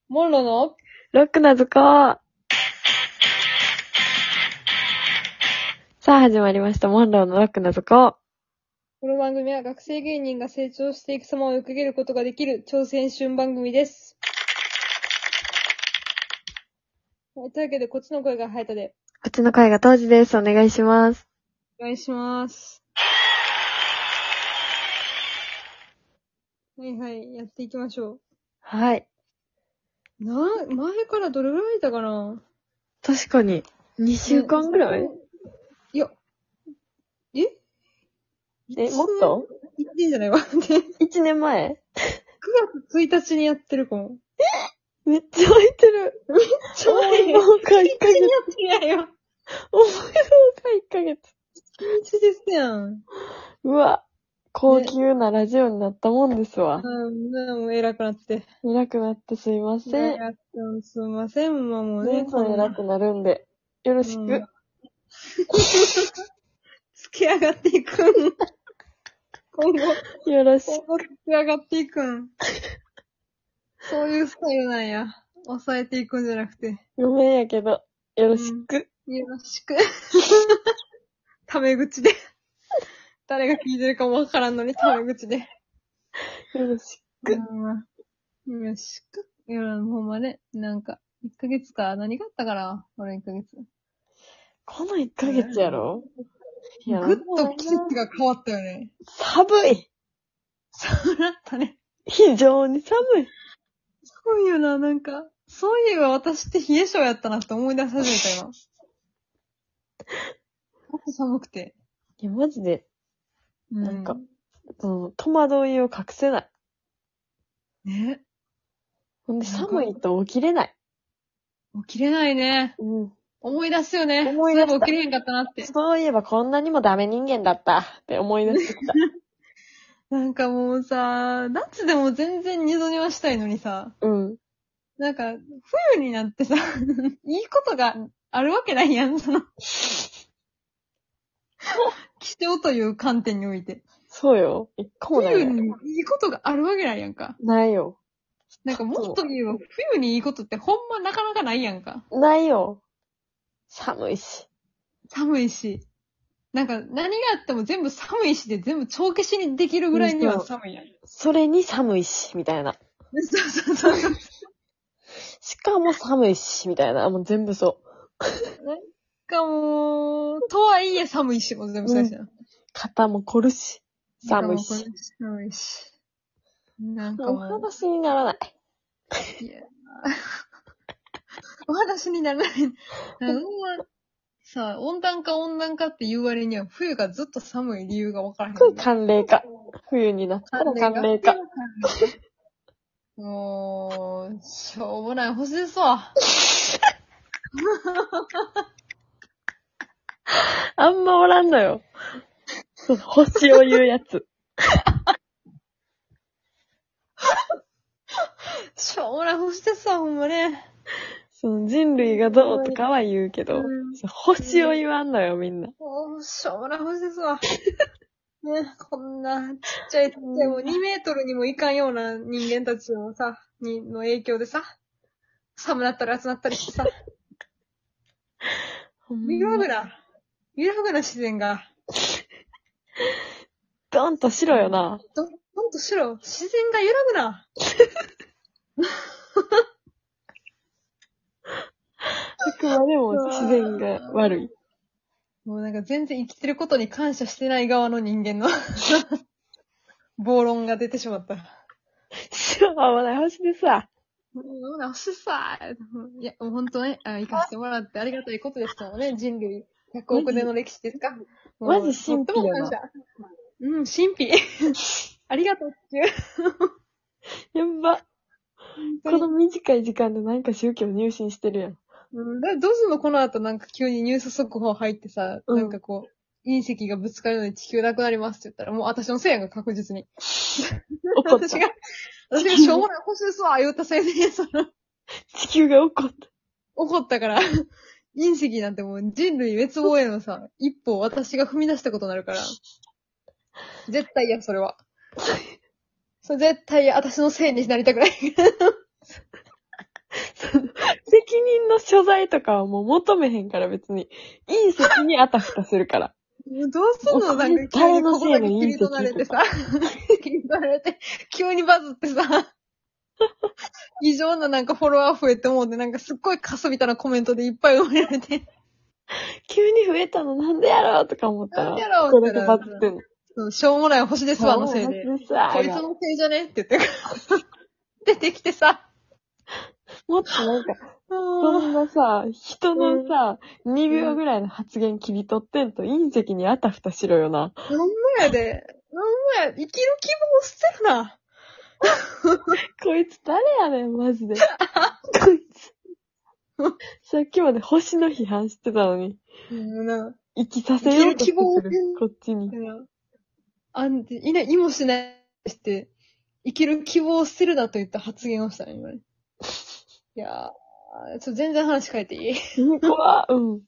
モンロのロックな図工。さあ始まりました。モンローのロックな図工。 この番組は学生芸人が成長していく様を追いかけることができる超青春番組です。はい、というわけでこっちの声がハヤトでこっちの声が当時です。お願いします。 お願いします。はいはい、やっていきましょはい。 う。前からどれぐらいいたかな？ 確かに、2週間ぐらい、 いや、 もっと 1年じゃないわ。で、9 ?1 年前月1日にやってるかも。 めっちゃ空いてる。 ちょいもうか1ヶ月。 やってないよ。 思いのほか1ヶ月。 日ですやん。 うわ、高級なラジオになったもんですわ。 もう偉くなって。 偉くなってすいません。 すいません、もうね。 どんどん偉くなるんで、よろしく。 つけ上がっていくん。今後、 よろしつけ上がっていくん。そういうスタイルなんや。抑えていくんじゃなくて。 く。ごめんやけど、よろしく。 よろしく。タメ口で。誰が聞いてるかもわからんのにタメ口で。 よろしく。 よろしく。いや、ほんまね。なんか、1ヶ月か。何があったかなこの1ヶ月。 この1ヶ月やろ？いや、 ぐっと季節が変わったよね。 寒い。 そうなったね。 非常に寒い。 そういうな、なんか、そういえば私って冷え性やったなって思い出し始めた今。もっと寒くて。 いや、マジで、 なんか戸惑いを隠せない。 ね。 ほんで、寒いと起きれない。 起きれないね。 うん。 思い出すよね。 思い出した。 そういえば起きれへんかったなって。 そういえばこんなにもダメ人間だったって思い出してきた。 なんかもうさ、夏でも全然二度寝はしたいのにさ、 うん。 なんか、冬になってさ、いいことがあるわけないやん、その。気象という観点において。 そうよ。一個もない冬よ。 にいいことがあるわけないやんか。 ないよ。 なんかもっと言えば、冬にいいことってほんまなかなかないやんか。 ないよ。寒いし。 寒いし。なんか何があっても全部寒いしで全部帳消しにできるぐらいには寒いやん。 それに寒いし、みたいな。 そうそうそう。 しかも寒いし、みたいな。もう全部そなんかもう、とはいえ寒いし、もう全部そうやしな。 う。肩も凝るし。寒いし。 寒いし。なんかおもう。 話にならない。 いやお話にならない。なんかさあ、温暖化って言う割には冬がずっと寒い理由がわからへん。 寒冷化。冬になったら寒冷化。 もう、しょうもない星ですわ。 あんまおらんのよ。星を言うやつ。 しょうもない星ですわ、ほんまね。 人類がどうとかは言うけど、星を言わんのよ、みんな。 もう、しょうもない星ですわ。ね、こんな、ちっちゃい、もう2メートルにもいかんような人間たちのさ、の影響でさ、寒なったり暑なったりしてさ、揺らぐな自然が。 ドンとしろよな。 どんとしろ、自然が揺らぐな。 あくまでも自然が悪い。 もうなんか全然生きてることに感謝してない側の人間の暴論が出てしまった。 しょうもない星でさ。 なしさいや、もうほんとね、生かしてもらってありがたいことですからね、人類100億年の歴史ですか。 マジ神秘よな。 神秘。ありがとうっていう。 やっば。この短い時間でなんか宗教入信してるやん。 どうすんのこの後なんか急にニュース速報入ってさ、なんかこう、隕石がぶつかるので地球なくなりますって言ったら、もう私のせいやんが確実に。 怒った。 私がしょうもない星ですわ言ったせいで、 地球が怒った。 怒ったから、隕石なんてもう人類滅亡へのさ、一歩を私が踏み出したことになるから、絶対嫌、それは。それ絶対嫌、私のせいになりたくない。 所在とかはもう求めへんから別に。隕石にあたふたするから。 どうすんのなんか急にここだけ切り取られてさ、切り取られて、急にバズってさ、異常ななんかフォロワー増えて思うて、なんかすっごいカスみたいなコメントでいっぱい埋められて。 急に増えたのなんでやろうとか思ったら。 なんでやろうこれだけバズってんの。 そう、しょうもない星ですわのせいで。 ここいつのせいじゃねって言って、出てきてさ。 もっとなんか、そんなさ、人のさ、2秒ぐらいの発言切り取ってんと隕石にあたふたしろよな。 ほんまやで。ほんまや。生きる希望捨てるな。 こいつ誰やねん、マジで。こいつ。さっきまで星の批判してたのに。生きさせようとしてくる、こっちに。 意もしないして、生きる希望を捨てるなといった発言をしたね、今ね。いやー、全然話変えていい？ 怖うん。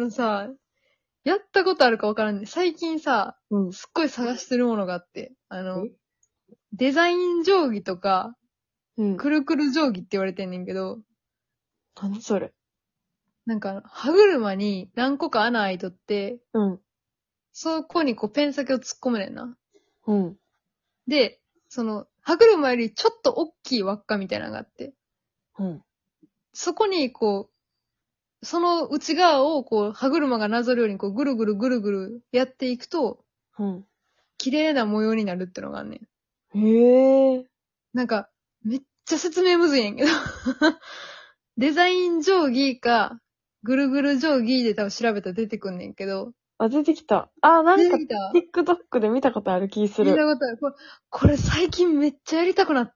さ、やったことあるかわからんね。最近さ、すっごい探してるものがあって、デザイン定規とか、くるくる定規って言われてんねんけど、 何それ？ なんか、歯車に何個か穴開いとって、そこにこうペン先を突っ込むねんな。で、歯車よりちょっと大きい輪っかみたいなのがあって、そこにこう、その内側をこう、歯車がなぞるようにこう、ぐるぐるぐるぐるやっていくと、綺麗な模様になるってのがあんねん。 へえ。 なんか、めっちゃ説明むずいんやけど。デザイン定規か、ぐるぐる定規で多分調べたら出てくんねんけど。 あ、出てきた。あ、なんか、TikTok で見たことある気する。 見たことある。これ最近めっちゃやりたくなって。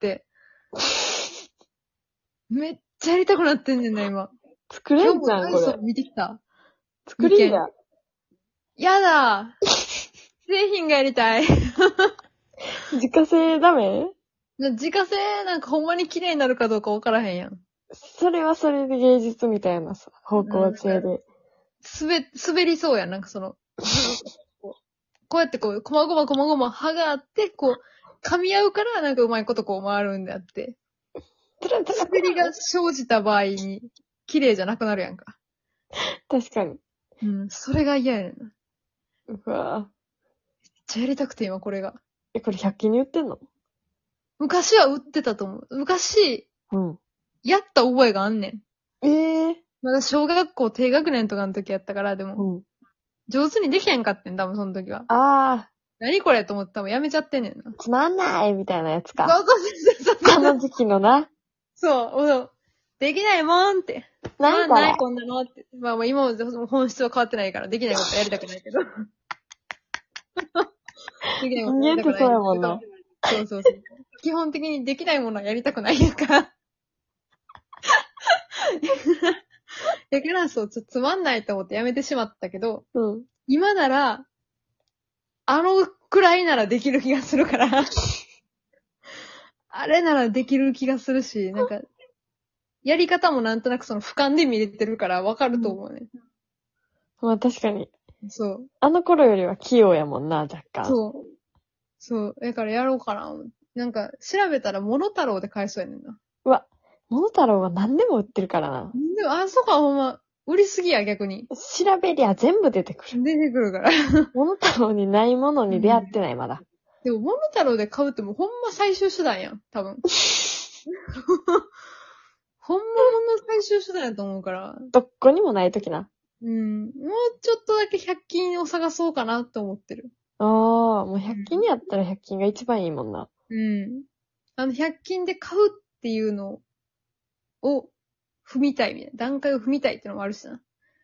めっちゃやりたくなってんねんな、今。 作れんじゃん、これ。 見てきた。 作りや。 やだ製品がやりたい。 自家製ダメ？ 自家製なんかほんまに綺麗になるかどうかわからへんやん。 それはそれで芸術みたいなさ、方向性で。 滑りそうやん、なんかこうやってこう、こまごま刃があって、こう、噛み合うからなんかうまいことこう回るんであって。滑りが生じた場合に、綺麗じゃなくなるやんか。 確かに。 それが嫌やねんな。 うわぁ。めっちゃやりたくて今これが。 これ100均に売ってんの？ 昔は売ってたと思う。昔、やった覚えがあんねん。まだ小学校低学年とかの時やったから、でも、上手にできへんかってん、多分その時は。何これと思って多分やめちゃってんねんな。 つまんないみたいなやつか。 そう。 あの時期のな。 そう。できないもんって。なんないこんなのって。まあ今も本質は変わってないから、できないことはやりたくないけど。できないことはやりたくないけど。人間ってそうやもんな。そう。基本的にできないものはやりたくないやんか。だからちょっとつまんないと思ってやめてしまったけど、今なら、あのくらいならできる気がするから、あれならできる気がするし、なんか、やり方もなんとなく俯瞰で見れてるからわかると思うね。 まあ確かに。 そう。 あの頃よりは器用やもんな、若干。 そう。だからやろうかな。なんか、調べたらモノタロウで買えそうやねんな。 うわ、モノタロウは何でも売ってるからな。 でも、そうか、ほんま。売りすぎや、逆に。 調べりゃ全部出てくる。 出てくるから。 モノタロウにないものに出会ってない、まだ。 でも、モノタロウで買うってもうほんま最終手段やん、多分。本物の最終手段やと思うから。 どっこにもないときな。 もうちょっとだけ100均を探そうかなって思ってる。 もう100均にあったら100均が一番いいもんな。 100均で買うっていうのを踏みたいみたいな。段階を踏みたいってのもあるしな。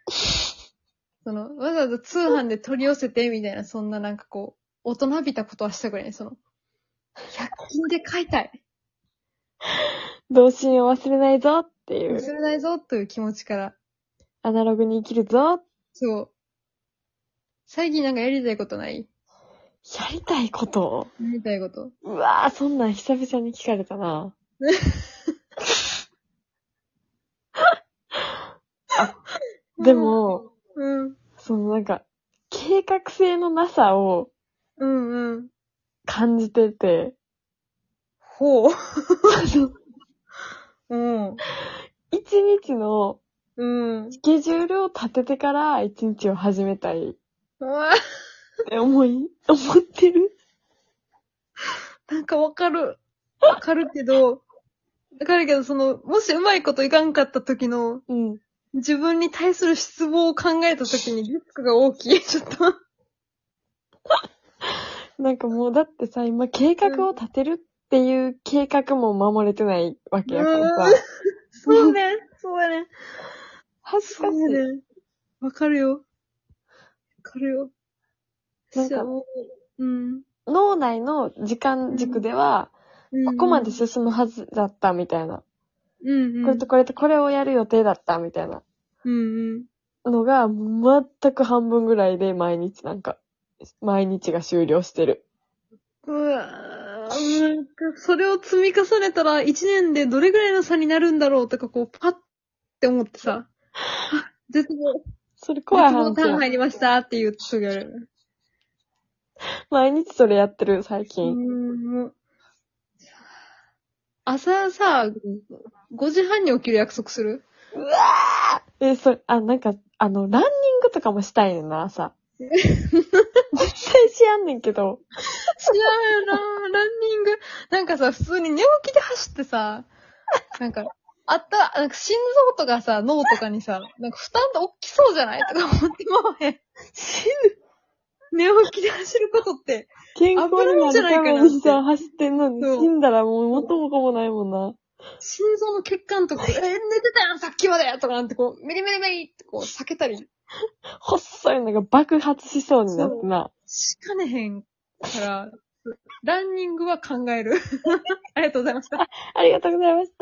わざわざ通販で取り寄せてみたいな、そんななんかこう、大人びたことはしたくない。100均で買いたい。 童心を忘れないぞっていう。 忘れないぞという気持ちから。 アナログに生きるぞ。 そう。最近なんかやりたいことない？ やりたいこと？ やりたいこと。 うわぁ、そんなん久々に聞かれたな。でも、なんか、計画性のなさを、感じてて。 ほう。 一日のケジュールを立ててから一日を始めたいうわって思ってる。 なんかわかるけど、もしうまいこといかんかった時の、 うん。 自分に対する失望を考えた時にリスクが大きい、ちょっと。 なんかもうだってさ、今計画を立てるっていう計画も守れてないわけやからさ。 そうね。そうやね。 恥ずかしい。 そうね。わかるよ。 なんかうん。 脳内の時間軸では、ここまで進むはずだったみたいな。 うんうん。 これとこれとこれをやる予定だったみたいなうんのが、全く半分ぐらいで毎日が終了してる。 うわぁ、なんか、それを積み重ねたら1年でどれぐらいの差になるんだろうとか、こう、パッて思ってさ、絶望それ怖いタ話や。 ーン入りましたっていう時ある。 毎日それやってる、最近。 もう朝さ、5時半に起きる約束する？ うわなんか、ランニングとかもしたいねんな、朝。絶対しやんねんけど。 違うよなランニング。なんかさ、普通に寝起きで走ってさ、なんか心臓とかさ、脳とかにさ、なんか負担って大きそうじゃないとか思ってまわへん。 死寝起きで走ることって、 健康になるためにさ、走ってんのにそう死んだらもう元も子もないもんな。 心臓の血管とか、寝てたやん、さっきまでとかなんてこう、メリメリメリってこう、避けたり。 細いのが爆発しそうになってな。 しかねへんから、ランニングは考える。ありがとうございました。 ありがとうございました。